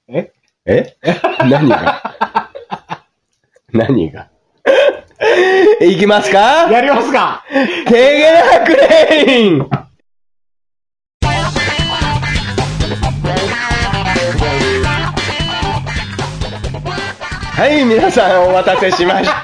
何が何がいきますか？ やりますか？ テゲナクレイン。はい、皆さんお待たせしました。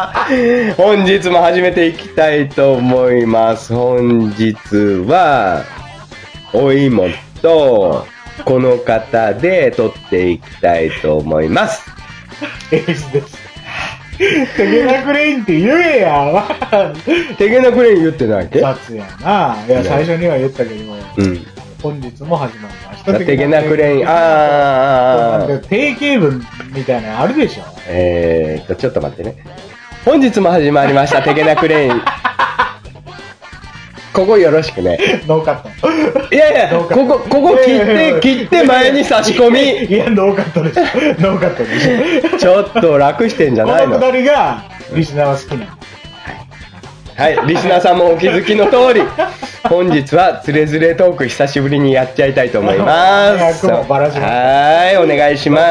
本日も始めていきたいと思います。本日は、お芋と、この方で撮っていきたいと思います。 エースです。テゲナクレインって言えや。 テゲナクレイン言ってないっけ？ 雑やな。いや、最初には言ったけど、本日も始まりました。 テゲナクレイン、 定型文みたいなのあるでしょ。 ちょっと待ってね。本日も始まりました、テゲナクレイン。ここよろしくね。 ノーカット。 いやいや、ここ切って前に差し込み。 いや、ノーカットでしょ。ノーカットでしょ。 ちょっと楽してんじゃないの？ このくだりが、リスナーは好きなの。 はい、リスナーさんもお気づきの通り、本日はつれづれトーク久しぶりにやっちゃいたいと思います。はい、お願いします。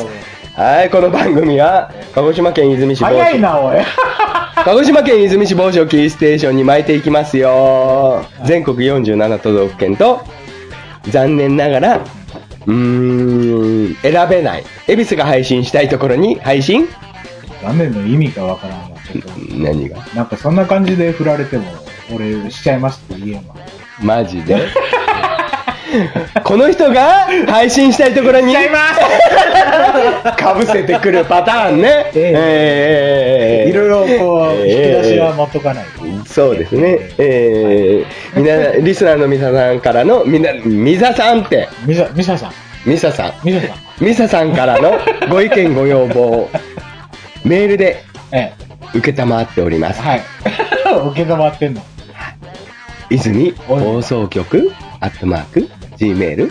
はい、この番組は鹿児島県出水市某早いなおい。 鹿児島県出水市某所キーステーションに巻いていきますよ。全国47都道府県と残念ながら選べない恵比寿が配信したいところに配信。 残念の意味かわからんわ。ちょっと何が？ なんかそんな感じで振られても俺しちゃいますって言えんわ。 マジで？この人が配信したいところにしちゃいますかぶせてくるパターンね。 いろいろこう引き出しは持っとかないと。 そうですね。リスナーのミサさんからのミサさんってミサさんミサさんからのご意見ご要望メールで受けたまっております。 はい。受けたまってんの。 泉放送局@gmail.com。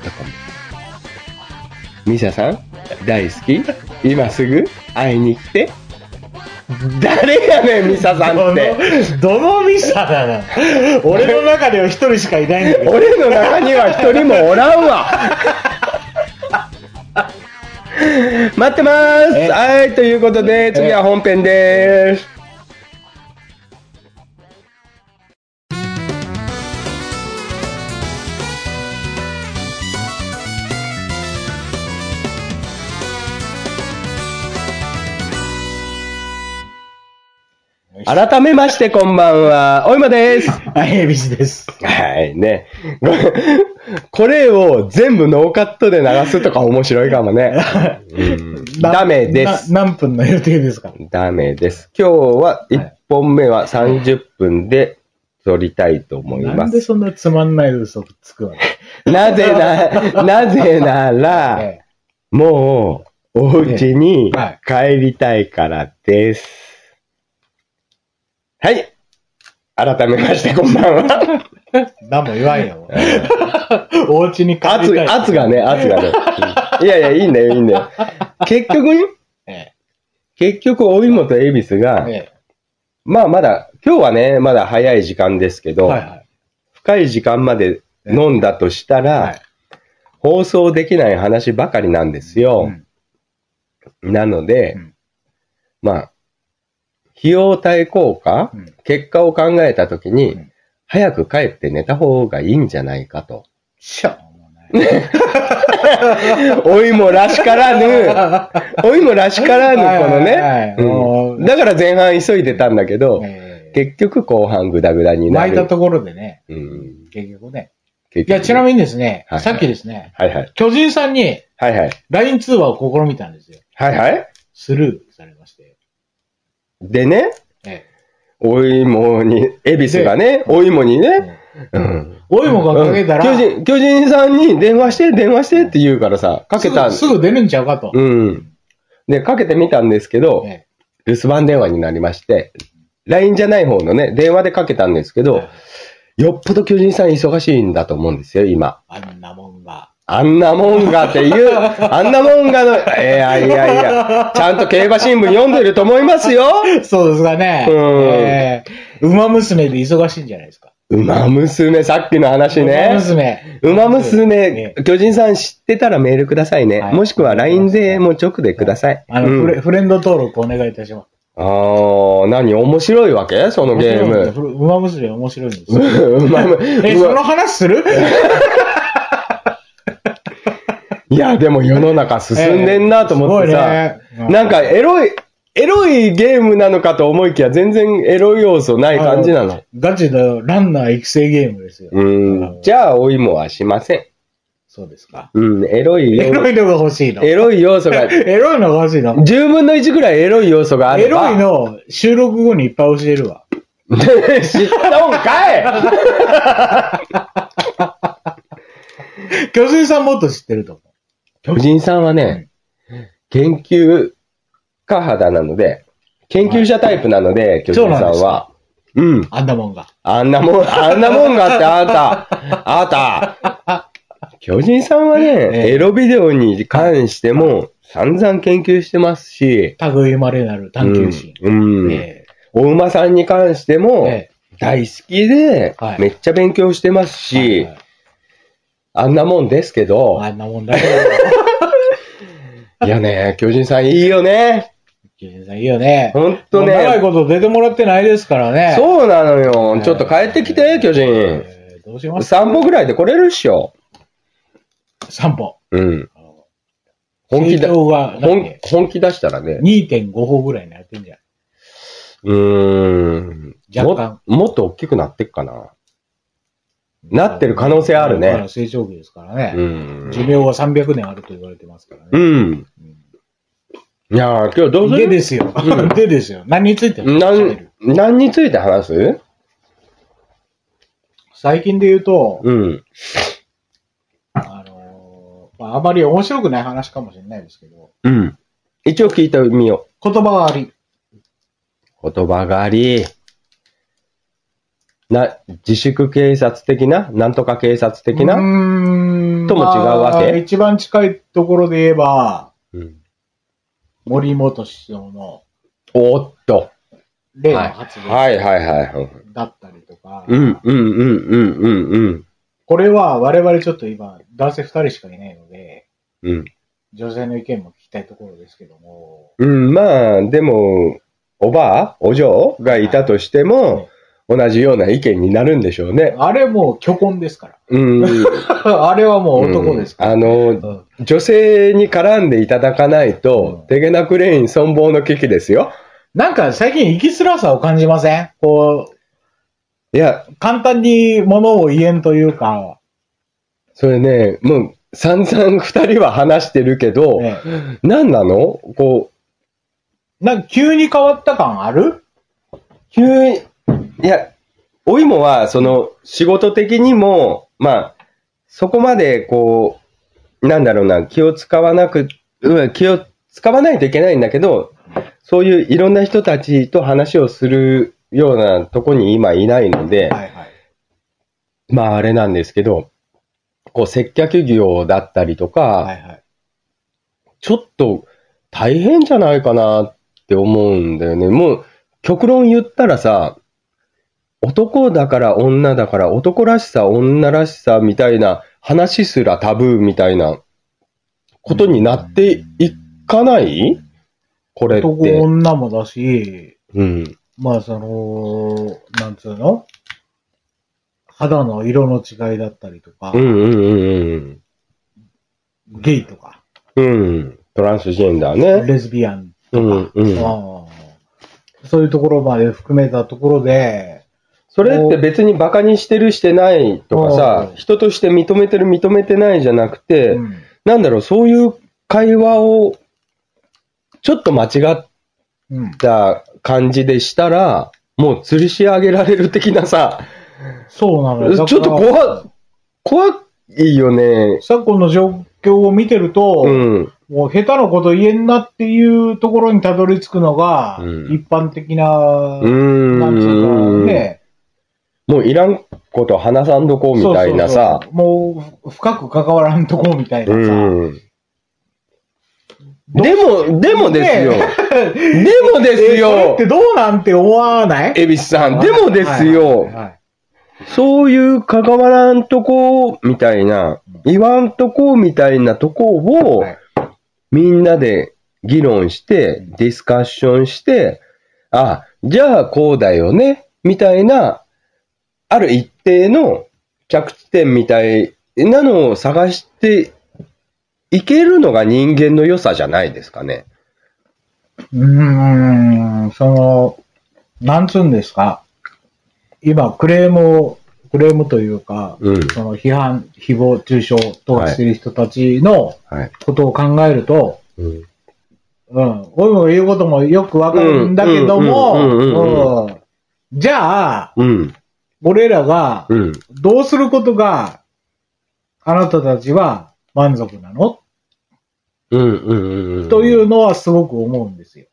ミサさん大好き。今すぐ会いに来て。誰やねんミサさんって。 どのミサだな。俺の中では一人しかいないんだけど。 俺の中には一人もおらんわ。待ってます。はい、ということで次は本編です。改めましてこんばんは、おいまです。 はい、恵比寿です。 はいね。これを全部ノーカットで流すとか面白いかもね。ダメです。 何分の予定ですか？ ダメです。今日は1本目は30分で撮りたいと思います。 なんでそんなつまんない嘘つくわけ？ なぜなら、もうお家に帰りたいからです。はい。改めましてこんばんは。 何も言わんよ。お家に帰りたい。 圧がね。いや、いいんだよ。結局、お芋と恵比寿が、まあまだ、今日はね、まだ早い時間ですけど、深い時間まで飲んだとしたら、放送できない話ばかりなんですよ。なので、まあ、費用対効果、結果を考えたときに、早く帰って寝た方がいいんじゃないかと。お芋らしからぬ、このね、だから前半急いでたんだけど、結局後半グダグダになる。 巻いたところでね、結局ね。いや、ちなみにですね、さっきですね、巨人さんに、LINE 通話を試みたんですよ。スルーされまして。 でね、お芋に、恵比寿がね、お芋にね、 お芋がかけたら、 巨人さんに電話してって言うからさ、かけたすぐ出るんちゃうかと。 で、かけてみたんですけど、留守番電話になりまして、LINE じゃない方のね、電話でかけたんですけど、よっぽど巨人さん忙しいんだと思うんですよ、今。 あんなもんがっていう、あんなもんがの、いや、ちゃんと競馬新聞読んでると思いますよ。 そうですかね。馬娘で忙しいんじゃないですか。 馬娘、さっきの話ね。馬娘、巨人さん知ってたらメールくださいね。はい、もしくは LINE でもう直でください。 フレンド登録お願いいたします。 何面白いわけそのゲーム。 馬娘面白いんですよ。その話するいや、でも世の中進んでんなと思ってさ、なんかエロいゲームなのかと思いきや全然エロい要素ない感じなの。 ガチのランナー育成ゲームですよ。 じゃあ、お芋はしません。 そうですか。 エロいのが欲しいの。 エロい要素が。 エロいのが欲しいの。 10分の1ぐらいエロい要素があれば。 エロいの収録後にいっぱい教えるわ。 知ったんかい巨人さんもっと知ってると思う。 巨人さんはね、研究家肌なので、研究者タイプなので、巨人さんは。 あんなもんが。 あんなもんがってあなた。巨人さんはね、エロビデオに関しても散々研究してますし、 類まれなる探求心。 お馬さんに関しても大好きで、めっちゃ勉強してますし、あんなもんですけど。 あんなもんだけど。いやね、巨人さんいいよね。 巨人さんいいよね。 ほんとね。 長いこと出てもらってないですからね。 そうなのよ。ちょっと帰ってきて、巨人。 どうします ?3 歩ぐらいで来れるっしょ。 3歩。 本気出したらね。 2.5 歩ぐらいになってんじゃん。 若干。もっと大きくなってっかな。なってる可能性あるね。 成長期ですからね。寿命は300年あると言われてますからね。 いやー、今日どうする？ でですよ。でですよ。何について何について話す？ 最近で言うと、あまり面白くない話かもしれないですけど。 一応聞いてみよう。言葉狩り。 言葉狩り。自粛警察的ななんとか警察的なとも違うわけ？ 一番近いところで言えば、森本首相のおっと例の発言だったりとか、これは我々ちょっと今男性2人しかいないので、女性の意見も聞きたいところですけども、 まあでもお嬢がいたとしても、同じような意見になるんでしょうね。 あれもう虚婚ですから。あれはもう男ですから。 女性に絡んでいただかないと、テゲナクレイン存亡の危機ですよ。 なんか最近生きづらさを感じません？いや、簡単に物を言えんというか。 それね、もう散々二人は話してるけど、何なの？ なんか急に変わった感ある？ いや、お芋は、仕事的にも、そこまで、気を使わないといけないんだけど、そういういろんな人たちと話をするようなとこに今いないので、あれなんですけど、接客業だったりとか、ちょっと大変じゃないかなって思うんだよね。もう、極論言ったらさ、男だから女だから男らしさ女らしさみたいな話すらタブーみたいなことになっていかない？これって。 男女もだし、なんつうの？肌の色の違いだったりとか、ゲイとか、 トランスジェンダーね。 レズビアンとか、そういうところまで含めたところで、 それって別にバカにしてるしてないとかさ、人として認めてる認めてないじゃなくて、そういう会話をちょっと間違った感じでしたら、もう吊るし上げられる的なさ、 そうなのよ。 ちょっと怖いよね。 昨今の状況を見てると、もう下手なこと言えんなっていうところにたどり着くのが、一般的な、なんつうかね、 もういらんこと話さんとこうみたいなさ。 もう深く関わらんとこうみたいなさ。 でもですよ。でもですよ。 それってどうなんて思わない？ 恵比寿さん。でもですよ。 そういう関わらんとこみたいな、言わんとこみたいなとこを、みんなで議論して、ディスカッションして、あ、じゃあこうだよね、みたいな、ある一定の着地点みたいなのを探していけるのが人間の良さじゃないですかね。 なんつうんですか。今、クレームというか、その批判、誹謗中傷とかしてる人たちのことを考えると、おいも言うこともよくわかるんだけども、じゃあ、俺らがどうすることがあなたたちは満足なのというのはすごく思うんですよ。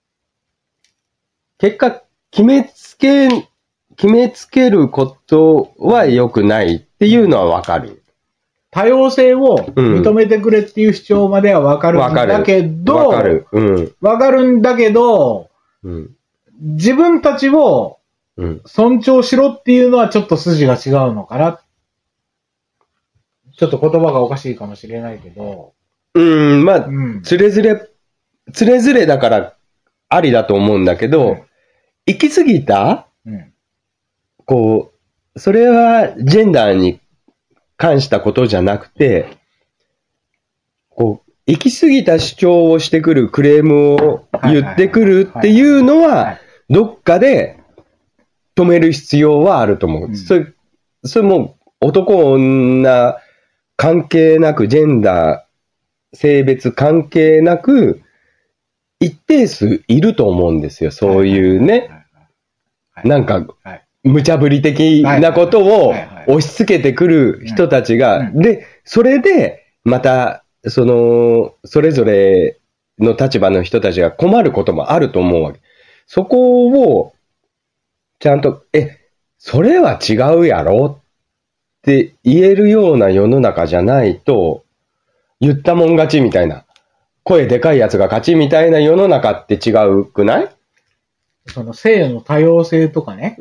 結果、決めつけることは良くないっていうのはわかる。 多様性を認めてくれっていう主張まではわかるんだけど、わかるんだけど、自分たちを尊重しろっていうのはちょっと筋が違うのかな。ちょっと言葉がおかしいかもしれないけど。 まあ、つれづれだからありだと思うんだけど、行き過ぎた、こう、それはジェンダーに関したことじゃなくて、こう、行き過ぎた主張をしてくるクレームを言ってくるっていうのは、どっかで止める必要はあると思う。それも男女関係なく、ジェンダー、性別関係なく、一定数いると思うんですよ。そういうね。なんか、無茶ぶり的なことを押し付けてくる人たちが、で、それで、また、それぞれの立場の人たちが困ることもあると思うわけ。そこを、ちゃんと、それは違うやろって言えるような世の中じゃないと、言ったもん勝ちみたいな、声でかいやつが勝ちみたいな世の中って違うくない？ その性の多様性とかね、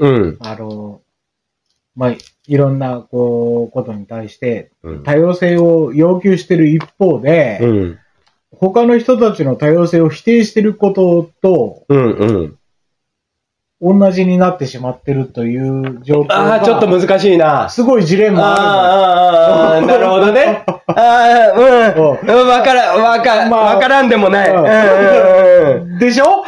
まあ、いろんなことに対して多様性を要求してる一方で、他の人たちの多様性を否定してることと、同じになってしまってるという状況が。 ちょっと難しいな。 すごいジレンマある。なるほどね。わからんでもない。 でしょ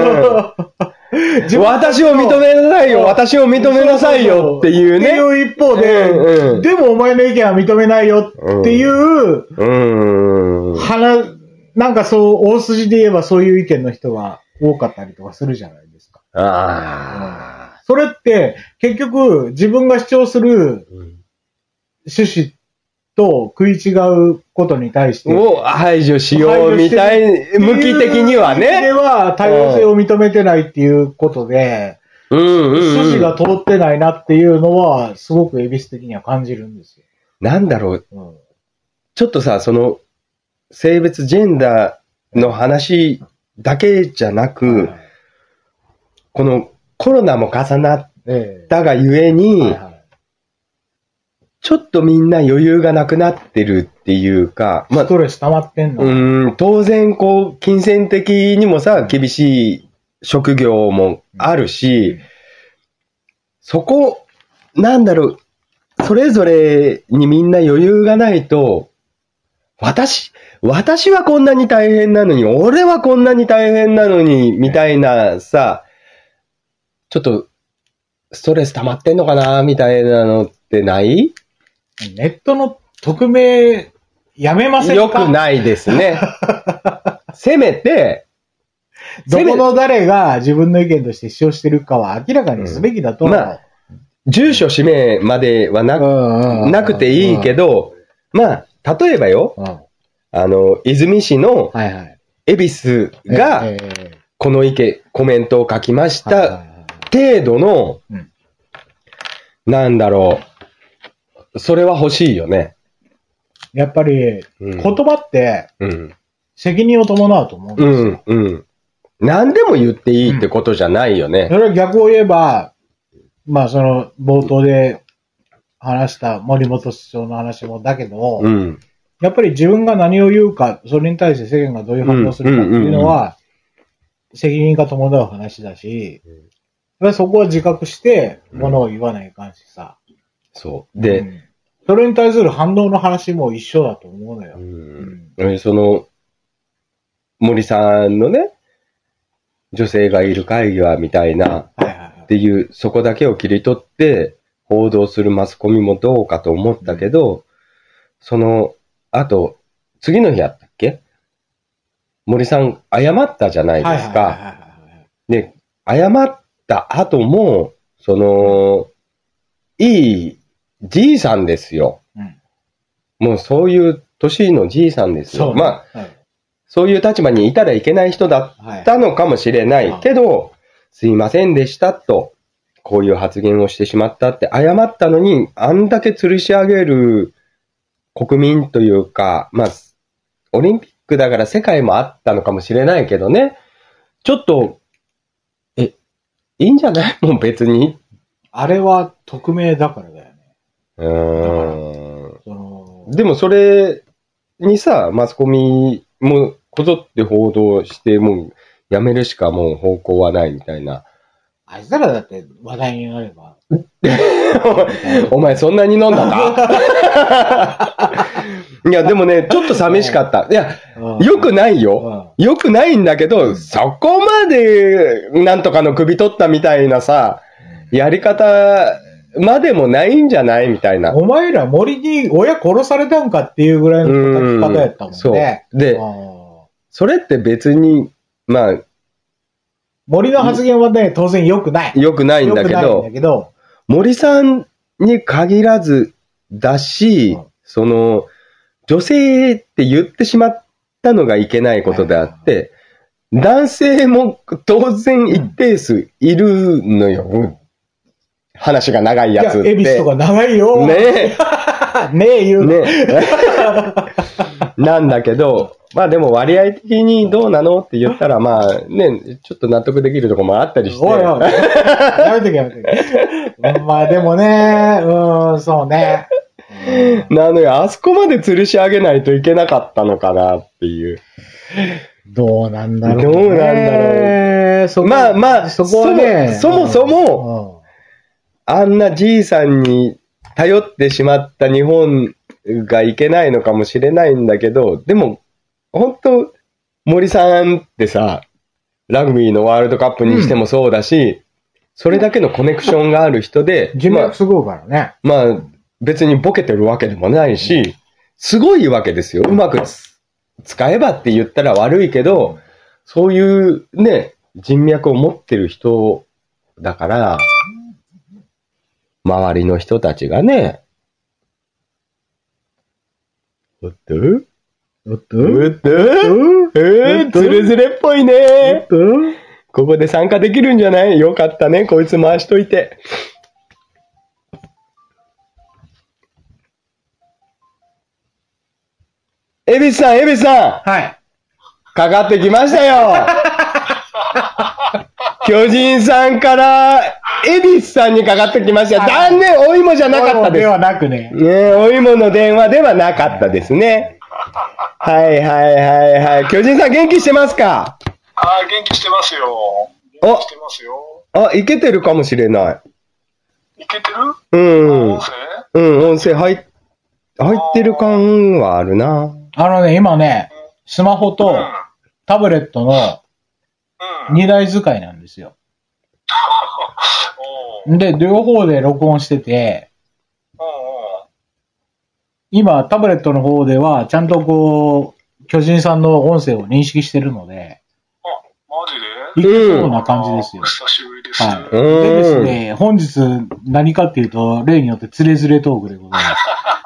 私を認めなさいよ、私を認めなさいよっていうね。 っていう一方で、でもお前の意見は認めないよっていう、なんかそう、大筋で言えばそういう意見の人が多かったりとかするじゃないですか。それって、結局、自分が主張する趣旨と食い違うことに対して。 を排除しようみたい、向き的にはね。 では、多様性を認めてないっていうことで、趣旨が通ってないなっていうのは、すごく恵比寿的には感じるんですよ。 なんだろう。ちょっとさ、性別、ジェンダーの話だけじゃなく、このコロナも重なったがゆえに、ちょっとみんな余裕がなくなってるっていうか、 ストレス溜まってんの？ 当然、金銭的にもさ、厳しい職業もあるし、そこ、なんだろう、それぞれにみんな余裕がないと、私はこんなに大変なのに、俺はこんなに大変なのに、みたいなさ、ちょっと、ストレス溜まってんのかな、みたいなのってない？ ネットの匿名、やめませんか？ よくないですね。せめて、 どこの誰が自分の意見として主張してるかは明らかにすべきだと。 住所氏名まではなくていいけど、例えばよ、泉市の恵比寿が、このコメントを書きました、程度の、なんだろう、それは欲しいよね。 やっぱり、言葉って、責任を伴うと思うんですよ。 何でも言っていいってことじゃないよね。 それは逆を言えば、冒頭で話した森本市長の話もだけど、やっぱり自分が何を言うか、それに対して世間がどういう反応するかっていうのは、責任が伴う話だし、そこは自覚して、ものを言わないかんしさ。 そう。で、 それに対する反応の話も一緒だと思うのよ。 その、森さんのね、女性がいる会議はみたいな、っていう、そこだけを切り取って報道するマスコミもどうかと思ったけど、その、あと、次の日やったっけ？森さん、謝ったじゃないですか。で、謝った後も、その、いいじいさんですよ。もうそういう年のじいさんですよ。まあ、そういう立場にいたらいけない人だったのかもしれないけど、すいませんでしたと、こういう発言をしてしまったって謝ったのに、あんだけ吊るし上げる国民というか、まあ、オリンピックだから世界もあったのかもしれないけどね、ちょっと、いいんじゃないもう別に。 あれは匿名だからだよね。 でもそれにさ、マスコミもこぞって報道して、もうやめるしかもう方向はないみたいな。 あいつらだって話題になれば。 お前そんなに飲んだかいや、でもね、ちょっと寂しかった。いや、よくないよ。よくないんだけど、そこまでなんとかの首取ったみたいなさ、やり方までもないんじゃないみたいな。 お前ら森に親殺されたんかっていうぐらいの叩き方やったもんね。 そう。で、それって別に、まあ、 森の発言はね、当然良くない。 良くないんだけど、森さんに限らずだし、その、女性って言ってしまったのがいけないことであって、男性も当然一定数いるのよ。話が長いやつって。 エビスとか長いよ。 ねえ。 ねえ言うね。 なんだけど、まあでも割合的にどうなのって言ったらまあね、ちょっと納得できるところもあったりして。 おいおい。やめとけやめとけ。まあでもね、そうね。 なのよ、あそこまで吊るし上げないといけなかったのかなっていう。 どうなんだろうね。 どうなんだろう。まあまあ、 そこはね。 そもそも、あんなじいさんに頼ってしまった日本がいけないのかもしれないんだけど、でも、本当森さんってさ、ラグビーのワールドカップにしてもそうだし、それだけのコネクションがある人で、 人脈すごいからね。 まあ、別にボケてるわけでもないし、すごいわけですよ。うまく使えばって言ったら悪いけど、そういうね、人脈を持ってる人だから、周りの人たちがね、おっとおっとズレズレっぽいね。ここで参加できるんじゃない？よかったね。こいつ回しといて。エビスさん。 はい。 かかってきましたよ。巨人さんから、エビスさんにかかってきました。残念、お芋じゃなかったです。 ではなくね。 お芋の電話ではなかったですね。はい。巨人さん元気してますか？ 元気してますよ。してますよ。いけてるかもしれない。 いけてる？音声？ 音声入ってる感はあるな。 今ね、スマホとタブレットの2台使いなんですよ。で、両方で録音してて、今タブレットの方ではちゃんとこう、巨人さんの音声を認識してるので、 マジで？ いけそうな感じですよ。 久しぶりです。 はい。でですね、本日何かっていうと、例によってつれづれトークでございます。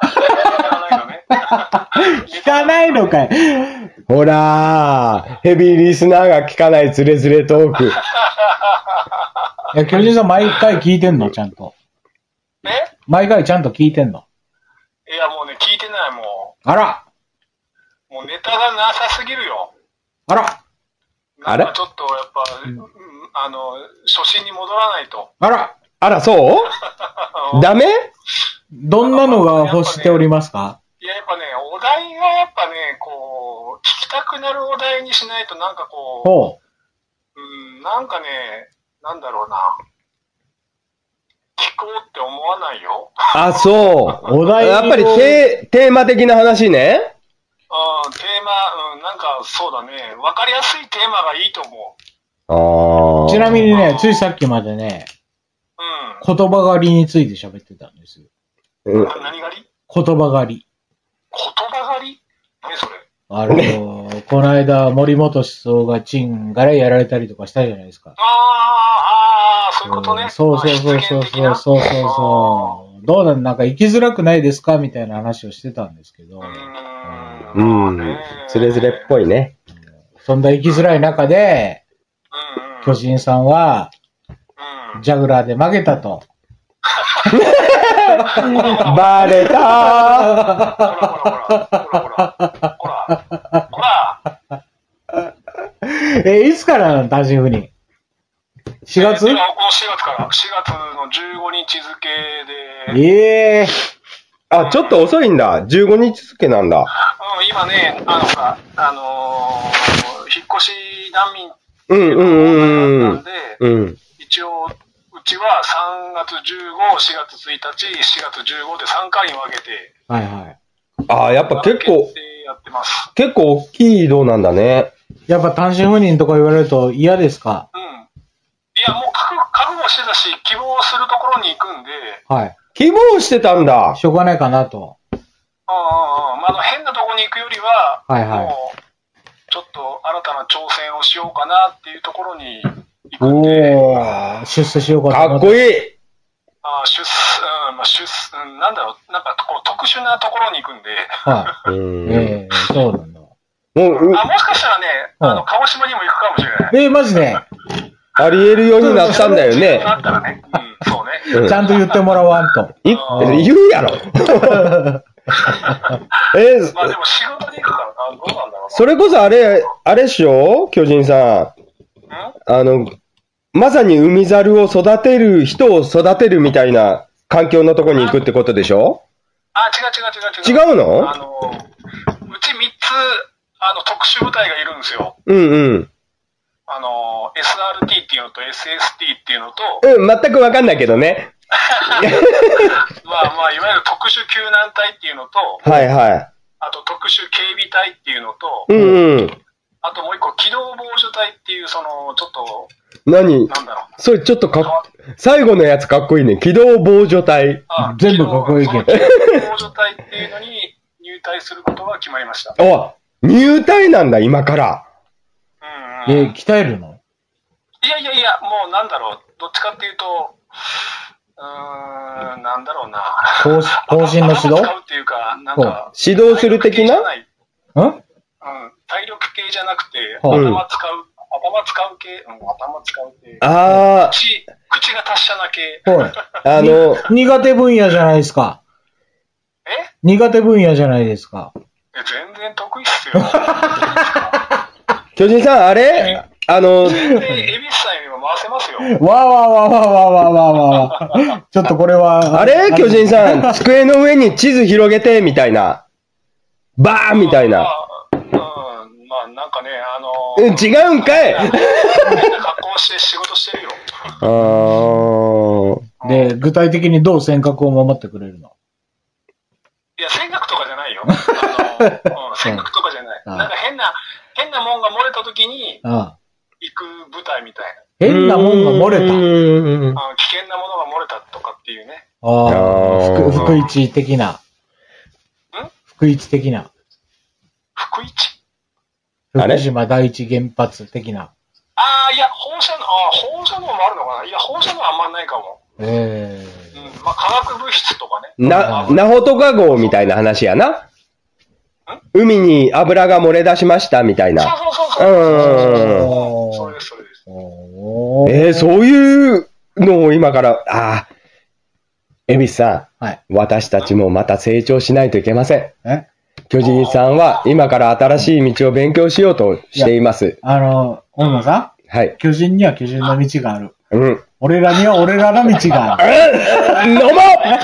聞かないのかい。 ほらー、ヘビーリスナーが聞かないつれづれトーク。 いや、巨人さん毎回聞いてんのちゃんと。毎回ちゃんと聞いてんの？ いや、もうね、聞いてないもん。あら！ もうネタがなさすぎるよ。 あら！ なんかちょっとやっぱ、初心に戻らないと。 あら！ そうダメ？ どんなのが欲しておりますか？ いや、やっぱね、お題がやっぱね、こう、聞きたくなるお題にしないとなんかこう、なんかね、なんだろうな。聞こうって思わないよ。 あ、そう。お題やっぱりテーマ的な話ね。 テーマ、なんかそうだね。わかりやすいテーマがいいと思う。ちなみにね、ついさっきまでね、言葉狩りについて喋ってたんですよ。 何狩り？ 言葉狩り。 言葉狩り？何それ？ この間、森本思想がチンからやられたりとかしたじゃないですか。 そういうことね。 そう。どうなんか生きづらくないですかみたいな話をしてたんですけど。 つれづれっぽいね。 そんな生きづらい中で、巨人さんは、ジャグラーで負けたと。 バレたー。 いつからなの単身赴任？4月？ この4月から、4月の15日付で。 あ、ちょっと遅いんだ。15日付なんだ。 今ね、引っ越し難民なんで、一応、うちは3月15、4月1日、4月15で3回に分けて。 はいはい。 あ、やっぱ結構大きい移動なんだね。 やっぱ単身赴任とか言われると嫌ですか？ いや、もう覚悟してたし、希望するところに行くんで。 はい。希望してたんだ。 しょうがないかなと。 変なとこに行くよりは、もう、ちょっと新たな挑戦をしようかなっていうところに行くんで。 出世しようかとかっこいい。 なんだろう、なんかこう特殊なところに行くんで。 そうなんだ。もしかしたらね、鹿児島にも行くかもしれない。 マジであり得るようになったんだよね。 なったらね。そうね。 ちゃんと言ってもらわんと。 言うやろ。 まあでも仕事で行くからな、どうなんだろうな。 それこそあれっしょ巨人さん。まさに海猿を育てる、人を育てるみたいな環境のとこに行くってことでしょ？違うの？ うち3つ、特殊部隊がいるんですよ。SRT っていうのと SST っていうのと。 全くわかんないけどね。 いわゆる特殊救難隊っていうのと。あと特殊警備隊っていうのと。あともう一個、機動防除隊っていう、ちょっと。なんだろう。 それちょっと最後のやつかっこいいね。機動防除隊。 全部かっこいいけど。 機動防除隊っていうのに入隊することが決まりました。 入隊なんだ、今から。 鍛えるの？ いや、もうなんだろう。どっちかっていうと、なんだろうな。 方針の指導？ 使うっていうか、なんか。 指導する的な？ 体力系じゃなくて、頭使う系。口が達者な系。 苦手分野じゃないですか。苦手分野じゃないですか。 全然得意っすよ。 巨人さん、あれ全然、恵比寿さんよりも回せますよ。 ちょっとこれは。 あれ巨人さん、机の上に地図広げて、みたいな。バーンみたいな。 なんかね、 違うんかい。 格好して仕事してるよ。 で、具体的にどう尖閣を守ってくれるの？ いや、尖閣とかじゃないよ。尖閣とかじゃない。なんか変なもんが漏れた時に、行く部隊みたいな。 変なもんが漏れた？ 危険なものが漏れたとかっていうね。 福一的な。福一的な。 福一？ 福島第一原発的な。 いや、放射能もあるのかな？いや、放射能はあんまないかも。化学物質とかね。 ナホトカ号みたいな話やな。海に油が漏れ出しましたみたいな。 そう。それです。 そういうのを今から、恵比寿さん、私たちもまた成長しないといけません。巨人さんは今から新しい道を勉強しようとしています。 大野さん？巨人には巨人の道がある。 俺らには俺らの道が。 飲もう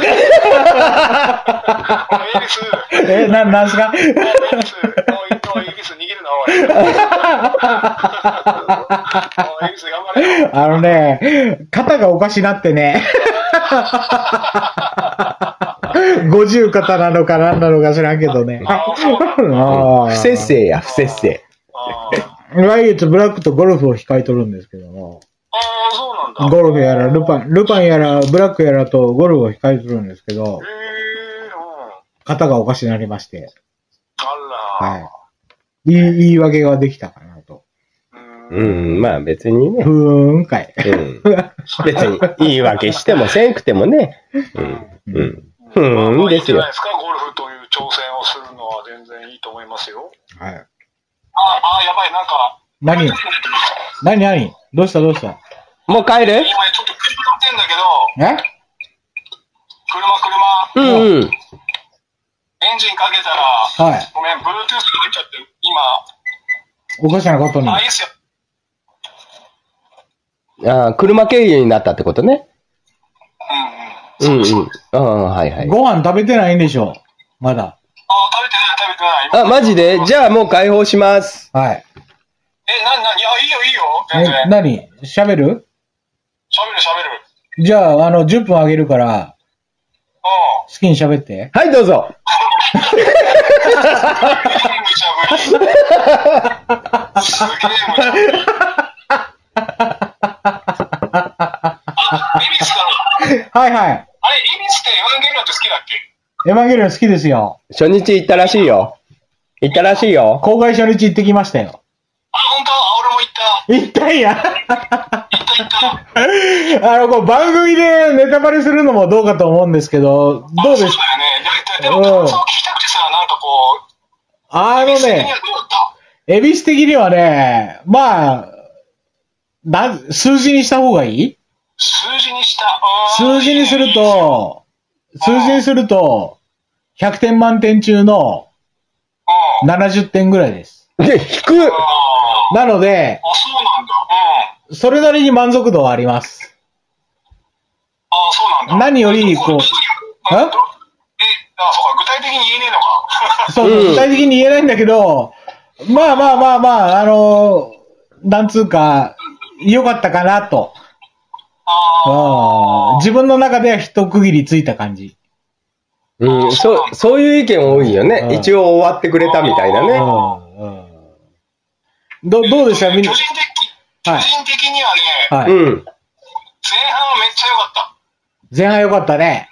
なんすかエビス逃げるな、おい。エビス頑張れよ。 肩がおかしなってね。50肩なのか何なのか知らんけどね。 不節制や、不節制。 来月ブラックとゴルフを控えとるんですけども。 そうなんだ。 ゴルフやら、ルパンやら、ブラックやらとゴルフを控えとるんですけど、肩がおかしになりまして。 あら。 はい。言い訳ができたかなと。 まあ別にね。 かい。 別に言い訳してもせんくてもね。ですよ。 いいんじゃないですか、ゴルフという挑戦をするのは全然いいと思いますよ。 はい。 やばい、なんか。 何どうしたもう帰る？ 今ちょっと車乗ってんだけど。車。 エンジンかけたら、はい。ごめん、Bluetooth が入っちゃって、今。 おかしなことに。 いいっすよ。車経由になったってことね。はいはい。 ご飯食べてないんでしょまだ。 食べてない。 マジで？じゃあもう解放します。 はい。 いいよ。全然。 何？喋る。じゃあ、10分あげるから、好きに喋って。 はい、どうぞ。 すげえ無茶ぶり。エビスか。 はいはい。 あれ、エビスってエヴァンゲリオンって好きだっけ？ エヴァンゲリオン好きですよ。 初日行ったらしいよ。 公開初日行ってきましたよ。 本当？俺も行った。 行ったんや。 行った。 こう番組でネタバレするのもどうかと思うんですけど、どうですか？ そうだよね。でも感想聞きたくてさ、なんかこう、エビス的にはね、まあ、数字にした方がいい？ 数字にした。 数字にすると、100点満点中の70点ぐらいです。 低っ！ なので、 そうなんだ。 それなりに満足度はあります。 そうなんだ。 何より、 そうか、具体的に言えねえのか。 そう、具体的に言えないんだけど、まあ、なんつうか、良かったかなと。自分の中では一区切りついた感じ。 そういう意見多いよね。一応終わってくれたみたいなね。 どうでした？ 個人的にはね、前半はめっちゃ良かった。 前半良かったね。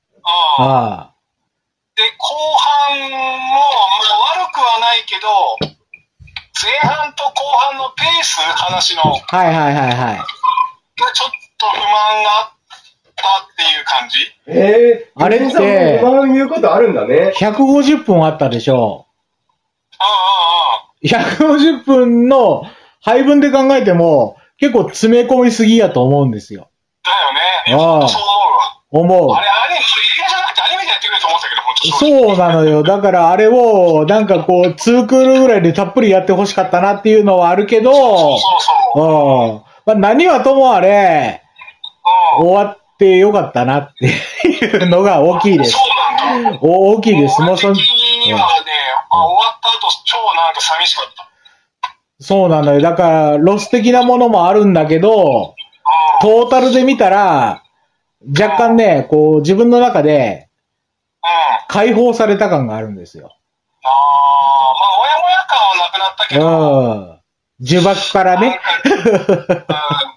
で、後半も、悪くはないけど、前半と後半のペース、話の。 はい。 がちょっと不満があったっていう感じ。 あれって、 不満言うことあるんだね。 150分あったでしょ。150分の配分で考えても、結構詰め込みすぎやと思うんですよ。 だよね。そう思う。 あれじゃなくてアニメでやってくれと思ったけど、本当そうなのよ。だからあれを、なんかこう、2クールぐらいでたっぷりやってほしかったなっていうのはあるけど、何はともあれ、終わってよかったなっていうのが大きいです。 そうなんだ。 大きいです。 もうその。的にはね、終わった後、超なんか寂しかった。 そうなのよ。だから、ロス的なものもあるんだけど、トータルで見たら、若干ね、こう、自分の中で、解放された感があるんですよ。 もやもや感はなくなったけど。 呪縛からね。 なんかもう、エヴァのキャラク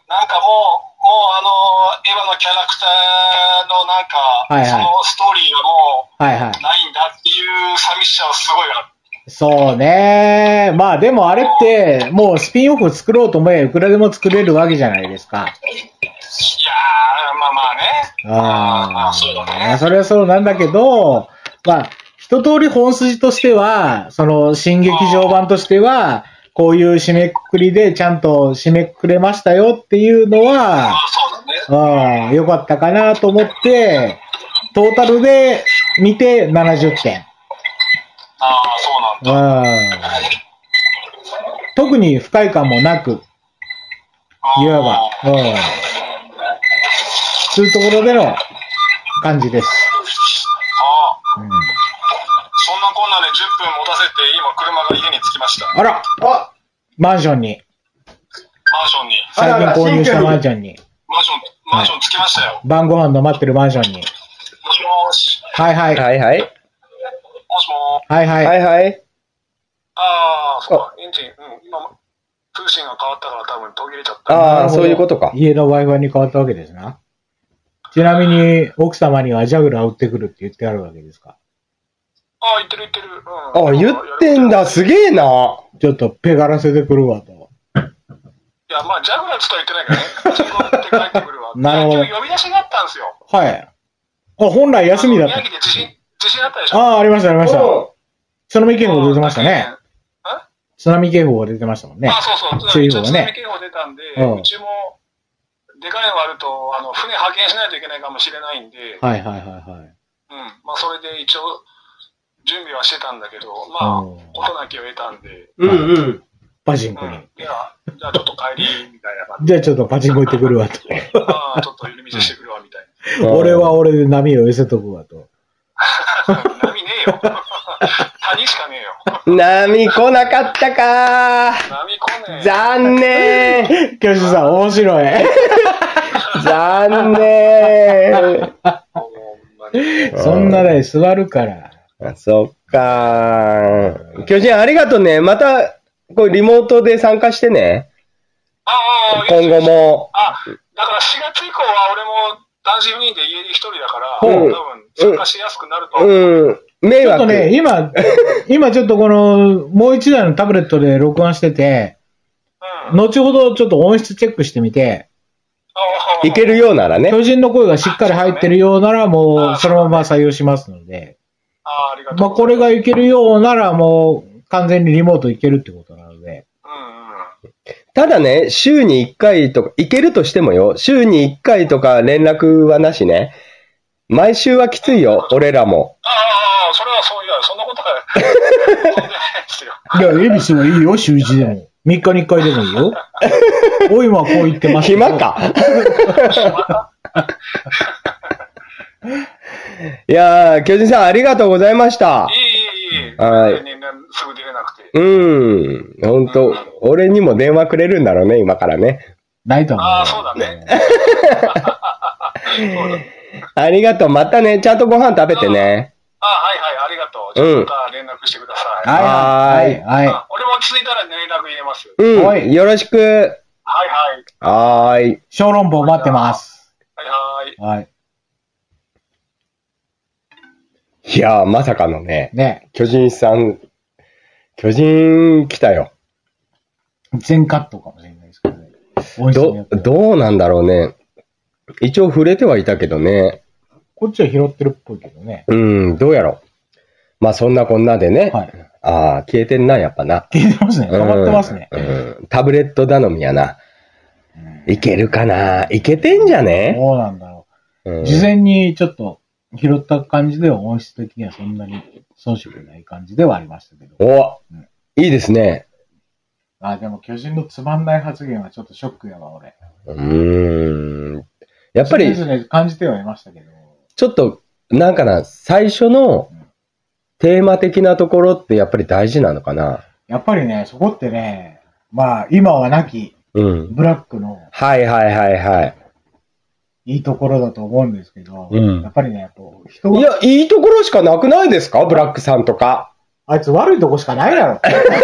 ターのなんか、そのストーリーはもう、ないんだっていう寂しさはすごいある。 そうね。まあでもあれって、もうスピンオフ作ろうと思えばいくらでも作れるわけじゃないですか。 いやー、まあね。そうだね。 それはそうなんだけど、一通り本筋としては、その新劇場版としては、こういう締めくくりでちゃんと締めくくれましたよっていうのは、良かったかなと思って、トータルで見て70点。 そうなんだ。 特に不快感もなく、いわば。 そういうところでの感じです。 そんなこんなで10分持たせて、今車が家に着きました。 あらマンションに。最近購入したマンションに。 マンション着きましたよ。 晩ご飯の待ってるマンションに。 もしもし。 はいはい。 はいはい。 もしもー。はいはい。 はいはい。 そうか。エンジン、今、通信が変わったから多分途切れちゃった。 そういうことか。 家の Wi-Fi に変わったわけですな。ちなみに、奥様にはジャグラー売ってくるって言ってあるわけですか？ 言ってる。 言ってんだ、すげえな。 ちょっとペガらせてくるわと。 いや、まあ、ジャグラーとは言ってないからね。パチンコ売って帰ってくるわ。 なるほど。 今日呼び出しがあったんですよ。 はい。本来休みだった。 宮城で地震あったでしょ。 ありました。津波警報出てましたね。津波警報が出てましたもんね。 そう。津波警報出たんで、うちも、でかいのがあると、船派遣しないといけないかもしれないんで。 はい。 まあ、それで一応、準備はしてたんだけど、まあ、事なきを得たんで。 パチンコに。 じゃあちょっと帰り、みたいな感じ。じゃあちょっとパチンコ行ってくるわと。 ちょっと寄り道してくるわ、みたいな。 俺は俺で波を寄せとくわと。 波ねえよ。谷しかねえよ。波来なかったかー。波来ねえ。 残念。 教師さん、面白い。 残念。 そんなね、座るから。 そっかー。巨人ありがとうね。また、これリモートで参加してね。今後も。 だから4月以降は俺も単身赴任で家に一人だから、多分参加しやすくなると思う。 迷惑。 ちょっとね、今ちょっとこの、もう一台のタブレットで録音してて、後ほどちょっと音質チェックしてみて、 いけるようならね。 巨人の声がしっかり入ってるようなら、もうそのまま採用しますので、 ありがとう。まあこれがいけるようなら、もう完全にリモートいけるってことなので。 ただね、週に1回とか、いけるとしてもよ、週に1回とか連絡はなしね。毎週はきついよ、俺らも。 それはそういや、そんなことは。 いや、エビスはいいよ、週1でも。3日に1回でもいいよ。おいはこう言ってます暇か。いやー、巨人さんありがとうございました。 いい。 はい。 すぐ出れなくて。 ほんと、俺にも電話くれるんだろうね、今からね。 ないと思う。 そうだね。 ありがとう。またね、ちゃんとご飯食べてね。 はい、ありがとう。ちょっとまた連絡してください。 はい。 俺も落ち着いたら連絡入れます。 よろしく。 はい。 小籠包待ってます。 はい。 いやー、まさかのね。 巨人来たよ。 全カットかもしれないですけどね。 どうなんだろうね。一応触れてはいたけどね。 こっちは拾ってるっぽいけどね。 どうやろう。まあそんなこんなでね。消えてんな、やっぱな。 消えてますね。溜まってますね。 タブレット頼みやな。いけるかな。いけてんじゃね？ どうなんだろう。事前にちょっと拾った感じでは音質的にはそんなに遜色ない感じではありましたけど。 いいですね。 でも巨人のつまんない発言はちょっとショックやわ、俺。 やっぱり。 それぞれ感じてはいましたけど。 ちょっと、なんかな、最初のテーマ的なところってやっぱり大事なのかな。 やっぱりね、そこってね、まあ、今はなき、ブラックの、いいところだと思うんですけど、やっぱりね、 人が。いや、いいところしかなくないですか？ブラックさんとか。 あいつ悪いとこしかないだろ。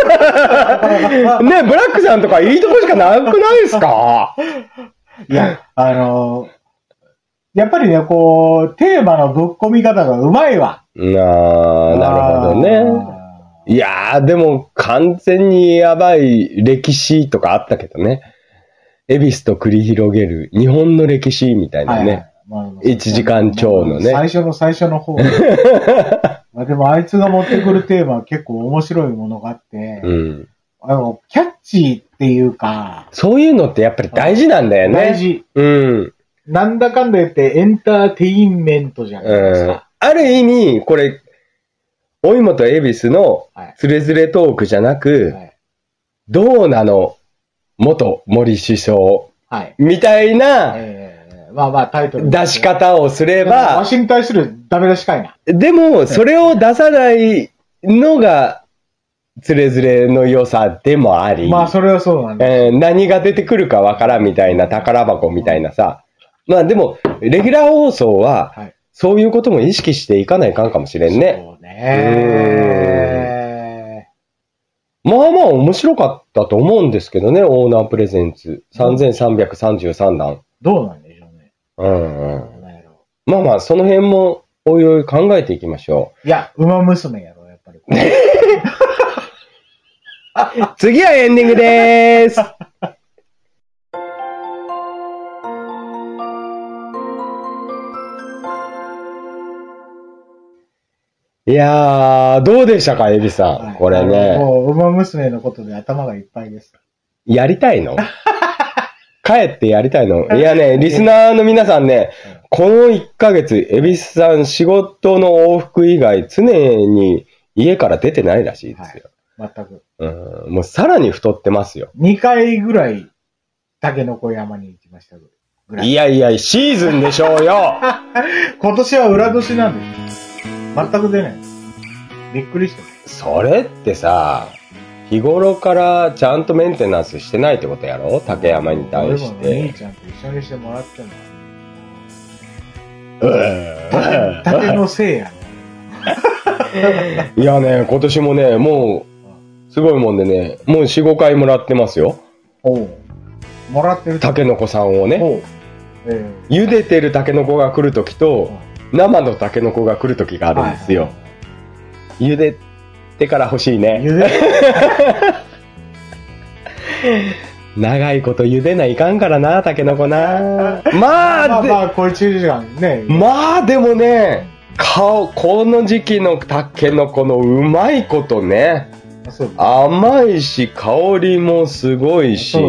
ね、ブラックさんとかいいとこしかなくないですか？ いや、やっぱりね、テーマのぶっ込み方がうまいわ。 なるほどね。いやー、でも完全にやばい歴史とかあったけどね。恵比寿と繰り広げる日本の歴史みたいなね。1時間超のね。 最初の方。でもあいつが持ってくるテーマは結構面白いものがあって、キャッチーっていうか。 そういうのってやっぱり大事なんだよね。 大事。なんだかんだ言ってエンターテインメントじゃないですか。 ある意味、これ、おいもと恵比寿のつれづれトークじゃなく、どうなの元森首相みたいなまあまあタイトル。 出し方をすれば。 わしに対するダメ出しかいな。 でも、それを出さないのが、つれづれの良さでもあり。 まあ、それはそうなんだ。何が出てくるかわからんみたいな宝箱みたいなさ。まあでも、レギュラー放送は、そういうことも意識していかないかんかもしれんね。 そうね。 まあまあ面白かったと思うんですけどね、オーナープレゼンツ。3333弾。 どうなんでしょうね。 まあまあ、その辺も、おいおい考えていきましょう。いや、馬娘やろ、やっぱり。 次はエンディングでーす。いやー、どうでしたか、エビさん。これね。 もう、馬娘のことで頭がいっぱいです。 やりたいの帰ってやりたいのいやね、リスナーの皆さんね、この1ヶ月、エビスさん仕事の往復以外、常に家から出てないらしいですよ。 全く。 もうさらに太ってますよ。 2回ぐらい、タケノコ山に行きましたぐらい。いやいや、シーズンでしょうよ今年は裏年なんです。全く出ない。びっくりした。 それってさ、日頃からちゃんとメンテナンスしてないってことやろ？竹山に対して。 俺も兄ちゃんと一緒にしてもらってんの。竹のせいやね。いやね、今年もね、もう、すごいもんでね、もう4、5回もらってますよ。 もらってるタケノコさんをね。茹でてるタケノコが来るときと、生のタケノコが来るときがあるんですよ。茹でてから欲しいね。長いこと茹でないかんからな、タケノコな。まあ、これ1時間ね。 まあ、でもね、この時期のタケノコのうまいことね。甘いし、香りもすごいし。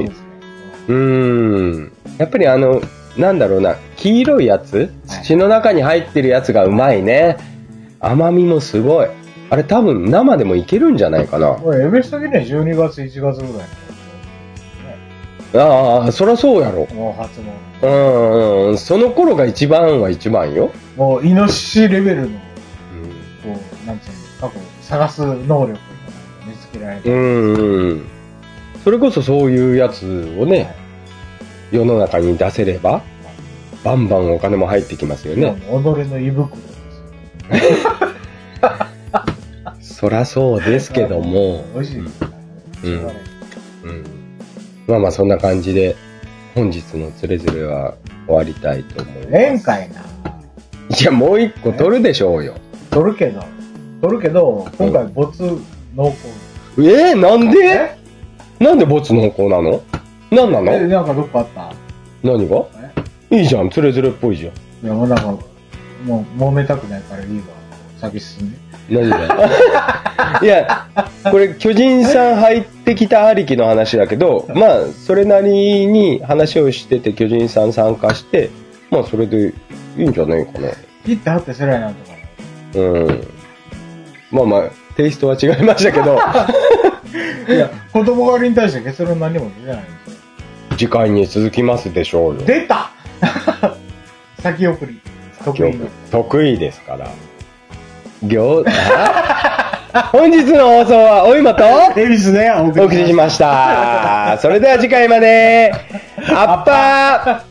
やっぱりなんだろうな、黄色いやつ、土の中に入ってるやつがうまいね。甘みもすごい。あれ多分生でもいけるんじゃないかな。 これエベス的には12月、1月ぐらい。ああ、そりゃそうやろ。 もう初物。 その頃が一番は一番よ。 もうイノシシレベルの、こう、なんていうの、過去探す能力が見つけられる。 それこそそういうやつをね、世の中に出せれば、バンバンお金も入ってきますよね。 己の胃袋です。 そりゃそうですけども。 美味しいですね。 まあまあそんな感じで、本日のつれづれは終わりたいと思います。 ええんかいな。 いや、もう一個取るでしょうよ。 取るけど、今回没濃厚。 なんでなんで没濃厚なの？なんなの？ なんかどっかあった？ 何が？いいじゃん、つれづれっぽいじゃん。 いや、もうなんか、もう揉めたくないからいいわ。先進んで。 何がいや、これ巨人さん入ってきたありきの話だけど、まあ、それなりに話をしてて巨人さん参加して、まあ、それでいいんじゃないかな。 切って貼ってせらいなとか。 まあまあ、テイストは違いましたけど。 いや、子供狩りに対して結論何も出てないんですよ。 次回に続きますでしょうよ。 出た先送り。 得意ですから。本日の放送はお今と恵比寿でお送りしました。それでは次回まで。アッパー